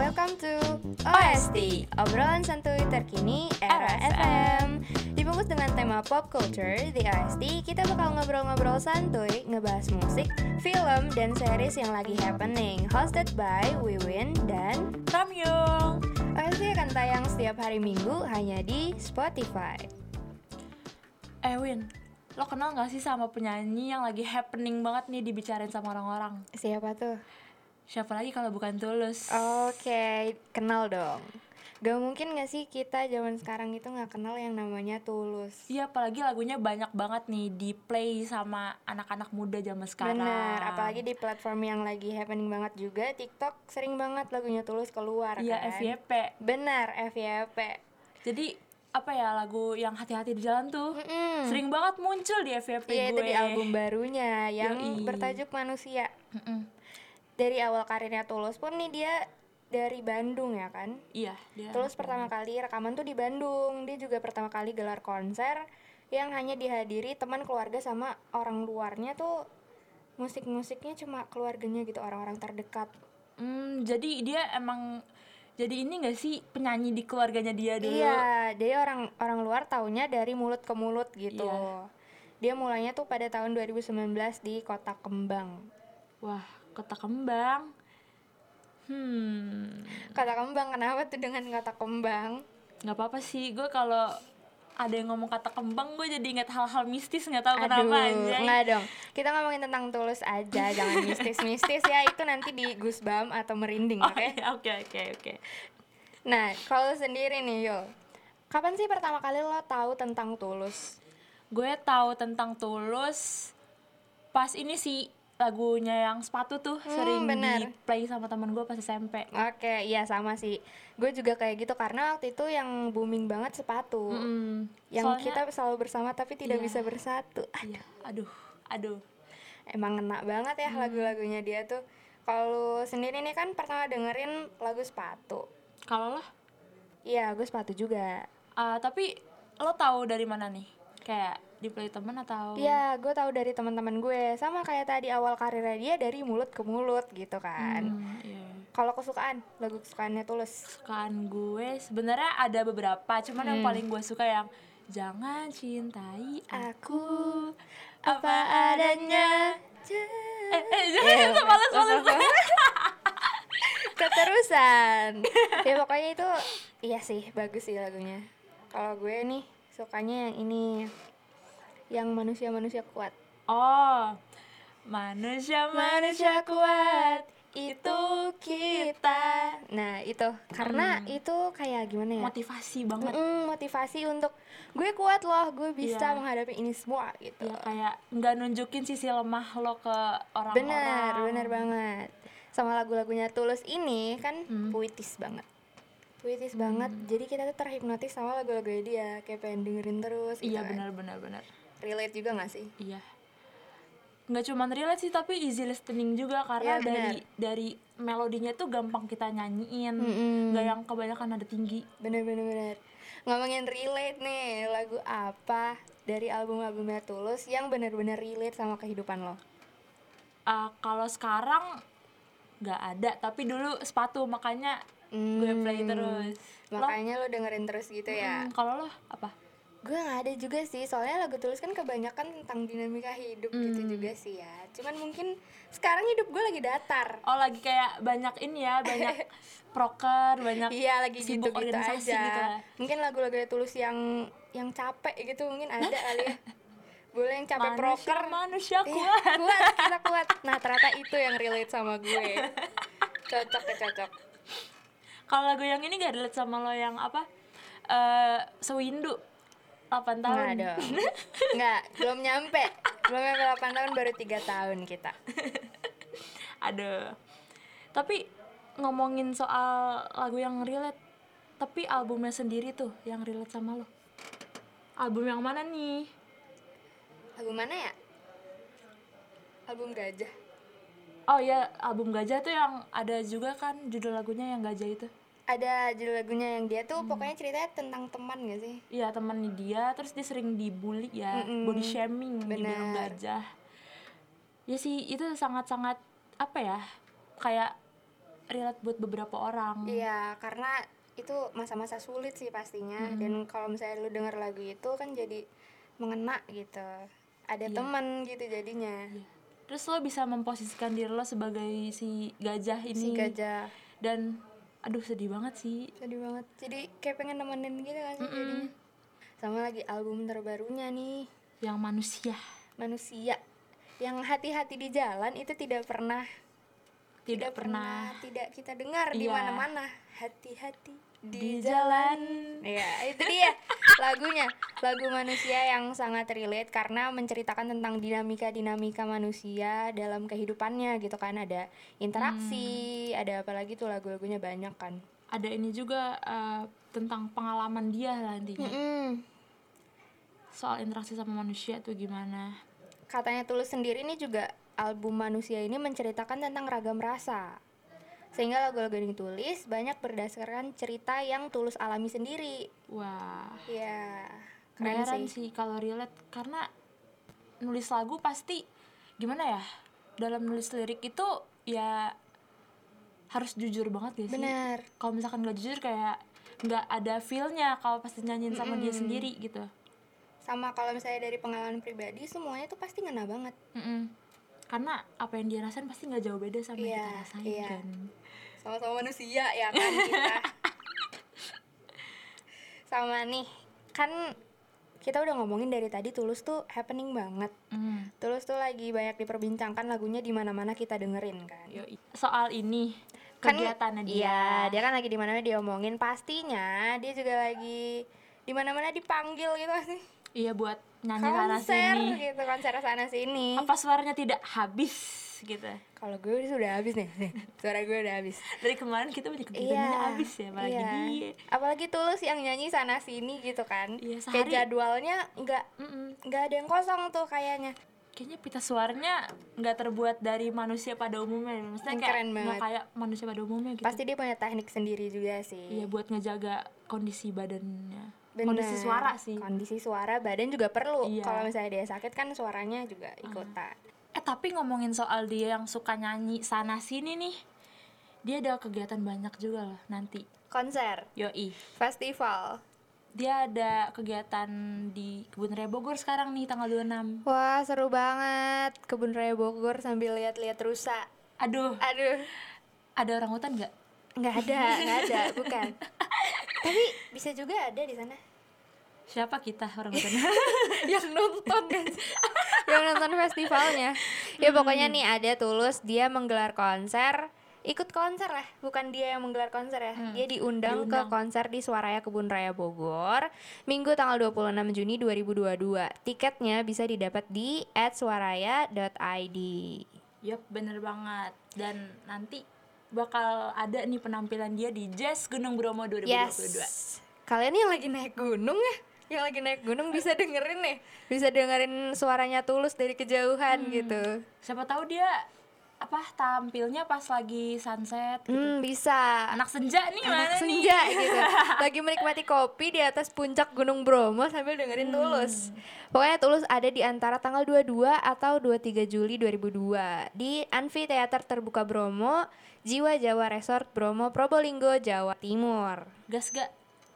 Welcome to OST, obrolan santuy terkini era FM. Dibungkus dengan tema pop culture, di OST kita bakal ngobrol-ngobrol santuy, ngebahas musik, film, dan series yang lagi happening. Hosted by Wiwin dan Ramyung. OST akan tayang setiap hari Minggu hanya di Spotify. Win, lo kenal gak sih sama penyanyi yang lagi happening banget nih dibicarain sama orang-orang? Siapa tuh? Siapa lagi kalau bukan Tulus? Oke, kenal dong. Gak mungkin gak sih kita zaman sekarang itu gak kenal yang namanya Tulus. Iya, apalagi lagunya banyak banget nih di play sama anak-anak muda zaman sekarang. Bener, apalagi di platform yang lagi happening banget juga, TikTok sering banget lagunya Tulus keluar Iya, kan. FYP. Bener, FYP. Jadi apa ya, lagu yang hati-hati di jalan tuh sering banget muncul di FYP Iya, gue. itu di album barunya yang Yoi. bertajuk Manusia. Dari awal karirnya Tulus pun nih dia dari Bandung ya kan. Iya, dia Tulus pertama kali rekaman tuh di Bandung. Dia juga pertama kali gelar konser yang hanya dihadiri teman keluarga sama orang luarnya tuh musik-musiknya cuma keluarganya gitu, orang-orang terdekat. Jadi dia emang jadi ini gak sih penyanyi di keluarganya dia dulu? Iya, dia orang luar taunya dari mulut ke mulut gitu. Iya. Dia mulainya tuh pada tahun 2019 di Kota Kembang. Wah, Kota Kembang. Kota Kembang, kenapa tuh dengan Kota Kembang? Nggak apa-apa sih, gue kalau ada yang ngomong kata kembang gue jadi ingat hal-hal mistis, nggak tahu kenapa aja. Enggak dong. Kita ngomongin tentang Tulus aja, jangan mistis-mistis ya. Itu nanti di goosebump atau merinding, oke? Oke. Nah, kalau sendiri nih, Yul, kapan sih pertama kali lo tahu tentang Tulus? Gue tahu tentang Tulus pas ini sih, lagunya yang Sepatu tuh sering bener. di play sama teman gue pas SMP. Oke, iya sama sih. Gue juga kayak gitu karena waktu itu yang booming banget Sepatu. Yang Soalnya- kita selalu bersama tapi tidak Iya. bisa bersatu. Iya, aduh. Emang ngena banget ya lagu-lagunya dia tuh. Kalau sendiri nih kan pertama dengerin lagu Sepatu. Kalau lo, Iya, gue Sepatu juga. tapi lo tahu dari mana nih? Kayak di play temen atau? Iya, gue tahu dari teman-teman gue. Sama kayak tadi awal karirnya dia dari mulut ke mulut gitu kan. Iya. Kalau kesukaan, lagu kesukaannya Tulus. Kesukaan gue sebenarnya ada beberapa, cuman yang paling gue suka yang Jangan Cintai Aku Apa Adanya. Jangan males. Keterusan. Ya pokoknya itu iya sih, bagus sih lagunya. Kalau gue nih sukanya yang ini, yang manusia-manusia kuat. Oh, manusia kuat Itu kita. Nah itu karena itu kayak gimana ya? motivasi banget. Motivasi untuk gue kuat loh, gue bisa Iya. menghadapi ini semua gitu. Ya kayak nggak nunjukin sisi lemah lo ke orang-orang. Bener banget. Sama lagu-lagunya Tulus ini kan puitis banget. Jadi kita tuh terhipnotis sama lagu-lagunya dia, kayak pengen dengerin terus gitu Iya, kan. benar. Relate juga gak sih? Iya. Nggak cuma relate sih, tapi easy listening juga karena Iya, benar. dari melodinya tuh gampang kita nyanyiin. Nggak yang kebanyakan nada tinggi. Bener. Ngomongin relate nih, lagu apa dari album-albumnya Tulus yang bener-bener relate sama kehidupan lo? Kalau sekarang nggak ada, tapi dulu Sepatu, makanya gue play terus. Makanya lo dengerin terus gitu ya? Kalau lo apa? Gue gak ada juga sih, soalnya lagu Tulus kan kebanyakan tentang dinamika hidup gitu juga sih ya. Cuman mungkin sekarang hidup gue lagi datar. Oh, lagi kayak banyak ini ya, banyak proker, banyak Iya, lagi sibuk gitu-gitu organisasi aja. gitu lah. Mungkin lagu-lagu Tulus yang capek gitu mungkin ada kali ya. Boleh yang capek proker. Manusia Iya, kuat. kita kuat. Nah, ternyata itu yang relate sama gue. Cocok. Kalau lagu yang ini gak relate sama lo yang apa? Sewindu 8 tahun. Nggak dong. Nggak, belum nyampe 8 tahun, baru 3 tahun kita. Aduh. Tapi ngomongin soal lagu yang relate, tapi albumnya sendiri tuh yang relate sama lo. Album yang mana nih? Album mana ya? Album Gajah. Oh ya, album Gajah tuh yang ada juga kan judul lagunya yang Gajah itu. Ada judul lagunya yang dia tuh pokoknya ceritanya tentang teman gak sih? Iya, temannya dia, terus dia sering dibully ya, body shaming, dibilang Bener. gajah. Ya sih, itu sangat-sangat apa ya, kayak relate buat beberapa orang. Iya, karena itu masa-masa sulit sih pastinya. Dan kalau misalnya lu denger lagu itu kan jadi mengena gitu. Ada teman gitu jadinya. Terus lo bisa memposisikan diri lo sebagai si gajah ini. Si gajah. Dan aduh sedih banget sih. Sedih banget. Jadi kayak pengen nemenin gitu kan sih jadinya. Sama lagi album terbarunya nih, yang Manusia. Yang hati-hati di jalan itu tidak pernah tidak kita dengar di mana-mana. Hati-hati di jalan. Ya, itu dia lagunya. Lagu Manusia yang sangat relate karena menceritakan tentang dinamika manusia dalam kehidupannya gitu kan. Ada interaksi, ada apalagi tuh lagu-lagunya banyak kan. Ada ini juga tentang pengalaman dia nantinya. Soal interaksi sama manusia tuh gimana. Katanya Tulus sendiri ini juga album Manusia ini menceritakan tentang ragam rasa. Sehingga lagu-lagu yang ditulis banyak berdasarkan cerita yang Tulus alami sendiri. Wah. Ya, keren sih kalau relate karena nulis lagu pasti gimana ya? Dalam nulis lirik itu ya harus jujur banget ya sih. Bener. Kalau misalkan gak jujur kayak nggak ada feel-nya kalau pasti nyanyiin sama dia sendiri gitu. Sama kalau misalnya dari pengalaman pribadi semuanya tuh pasti ngena banget. Karena apa yang dia rasain pasti nggak jauh beda sama yang kita rasain kan. Sama-sama manusia ya kan kita. Sama nih kan kita udah ngomongin dari tadi Tulus tuh happening banget. Tulus tuh lagi banyak diperbincangkan lagunya di mana-mana kita dengerin kan. Soal ini kegiatannya kan, dia kan lagi di mana-mana diomongin, pastinya dia juga lagi di mana-mana dipanggil gitu sih. Iya, buat nyanyi sana sini gitu, konser sana sini. Apa suaranya tidak habis gitu. Kalau gue sudah habis nih. Suara gue udah habis. Dari kemarin kita banyak kegiatannya habis ya, apalagi dia. Apalagi Tulus yang nyanyi sana sini gitu kan. Iya, kayak jadwalnya enggak ada yang kosong tuh kayaknya. Kayaknya pita suaranya nggak terbuat dari manusia pada umumnya. Maksudnya nggak kayak manusia pada umumnya gitu. Pasti dia punya teknik sendiri juga sih. Iya, buat ngejaga kondisi badannya. Bener. Kondisi suara sih. Kondisi suara badan juga perlu. Kalau misalnya dia sakit kan suaranya juga ikutan. Tapi ngomongin soal dia yang suka nyanyi sana sini nih, dia ada kegiatan banyak juga loh nanti. Konser. Yoi. Festival. Dia ada kegiatan di Kebun Raya Bogor sekarang nih tanggal 26. Wah, seru banget. Kebun Raya Bogor sambil lihat-lihat rusa. Aduh. Ada orang hutan nggak? Nggak ada, bukan. Tapi bisa juga ada di sana. Siapa kita orang hutan? Yang nonton kan? Yang nonton festivalnya. Ya pokoknya nih ada Tulus, dia menggelar konser. Ikut konser lah, bukan dia yang menggelar konser ya. Dia diundang ke konser di Swaraya Kebun Raya Bogor Minggu tanggal 26 Juni 2022. Tiketnya bisa didapat di @swaraya.id. Yup, bener banget. Dan nanti bakal ada nih penampilan dia di Jazz Gunung Bromo 2022. Yes. Kalian yang lagi naik gunung ya, yang lagi naik gunung bisa dengerin nih. Bisa dengerin suaranya Tulus dari kejauhan gitu. Siapa tahu dia tampilnya pas lagi sunset gitu. Bisa. Anak senja nih, mana senja gitu. Lagi menikmati kopi di atas puncak Gunung Bromo sambil dengerin Tulus. Pokoknya Tulus ada di antara tanggal 22 atau 23 Juli 2002 di Amphitheater Terbuka Bromo, Jiwa Jawa Resort Bromo, Probolinggo, Jawa Timur. Gas gak?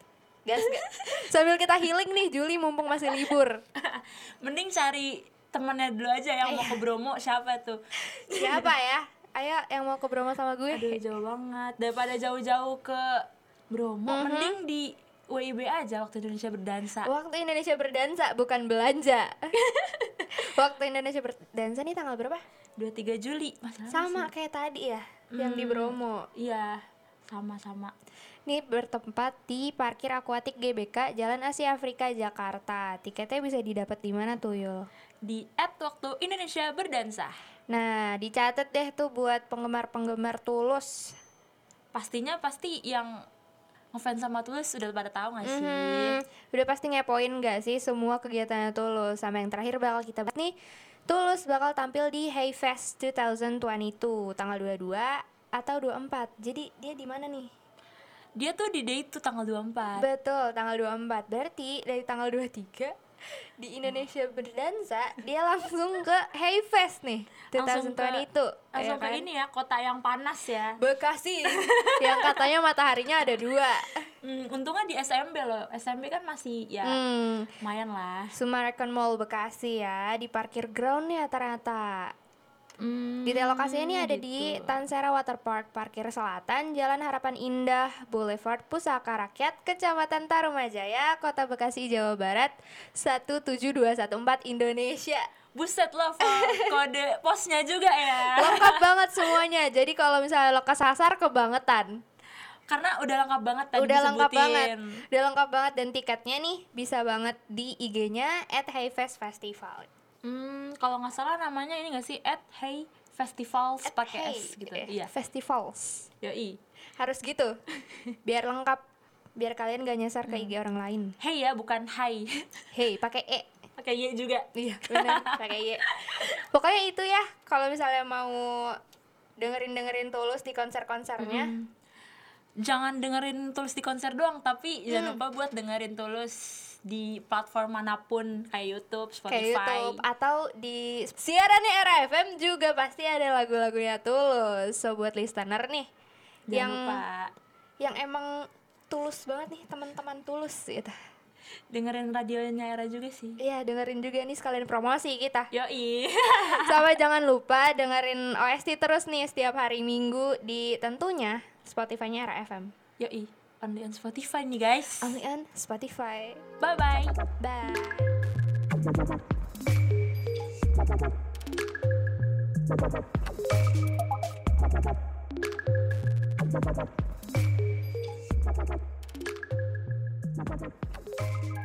Sambil kita healing nih Juli mumpung masih libur. Mending cari temennya dulu aja yang mau ke Bromo. Siapa tuh? Siapa ya? Ayo yang mau ke Bromo sama gue. Aduh, jauh banget. Daripada jauh-jauh ke Bromo, mending di WIB aja, Waktu Indonesia Berdansa. Waktu Indonesia Berdansa, bukan belanja. Waktu Indonesia Berdansa nih tanggal berapa? 23 Juli. Sama kayak tadi ya, yang di Bromo. Iya, sama-sama. Ini bertempat di Parkir Akuatik GBK, Jalan Asia Afrika, Jakarta. Tiketnya bisa didapat di mana tuh, Yul? Di @Waktu Indonesia Berdansa. Nah, dicatat deh tuh buat penggemar-penggemar Tulus. Pasti yang ngefans sama Tulus udah pada tahu gak sih? Udah pasti ngepoin gak sih semua kegiatannya Tulus. Sama yang terakhir bakal kita bahas nih, Tulus bakal tampil di Hayfest 2022 tanggal 22 atau 24. Jadi dia di mana nih? Dia tuh di date tuh tanggal 24. Betul, tanggal 24. Berarti dari tanggal 23 di Indonesia berdansa, dia langsung ke Hey Fest nih 2022. Langsung ke ini ya, kota yang panas ya, Bekasi. Yang katanya mataharinya ada 2. Untungnya di SMB loh. SMB kan masih ya lumayan lah. Summarecon Mall Bekasi ya, di parkir groundnya ternyata. Detail lokasinya ini ada di Tansera Waterpark, Parkir Selatan, Jalan Harapan Indah, Boulevard Pusaka Rakyat, Kecamatan Tarumajaya, Kota Bekasi, Jawa Barat 17214 Indonesia. Buset lo, kode posnya juga ya. Lengkap banget semuanya. Jadi kalau misalnya lo kesasar kebangetan. Karena udah lengkap banget tadi Udah lengkap banget. disebutin. Udah lengkap banget dan tiketnya nih bisa banget di IG-nya @HeyFestFestival. Kalau nggak salah namanya ini nggak sih @HeyFestivals pakai S gitu. Iya. Festivals. Yoi. Harus gitu. Biar lengkap. Biar kalian gak nyasar ke IG orang lain. Hey ya, bukan hai. Hey, pakai E. Pakai Y juga. Iya, benar, pakai Y. Pokoknya itu ya, kalau misalnya mau dengerin Tulus di konser-konsernya. Jangan dengerin Tulus di konser doang, tapi jangan lupa buat dengerin Tulus di platform manapun kayak YouTube, Spotify. Kayak YouTube atau di siarannya Era FM juga pasti ada lagu-lagunya Tulus. So buat listener nih Jangan lupa yang emang Tulus banget nih, teman-teman Tulus gitu. dengerin radionya Era juga sih. Iya, dengerin juga nih sekalian promosi kita. Yoi. Sama jangan lupa dengerin OST terus nih setiap hari Minggu di tentunya Spotify-nya Era FM. Yoi. Only on Spotify nih guys. Only on Spotify. Bye bye. Bye. Bye.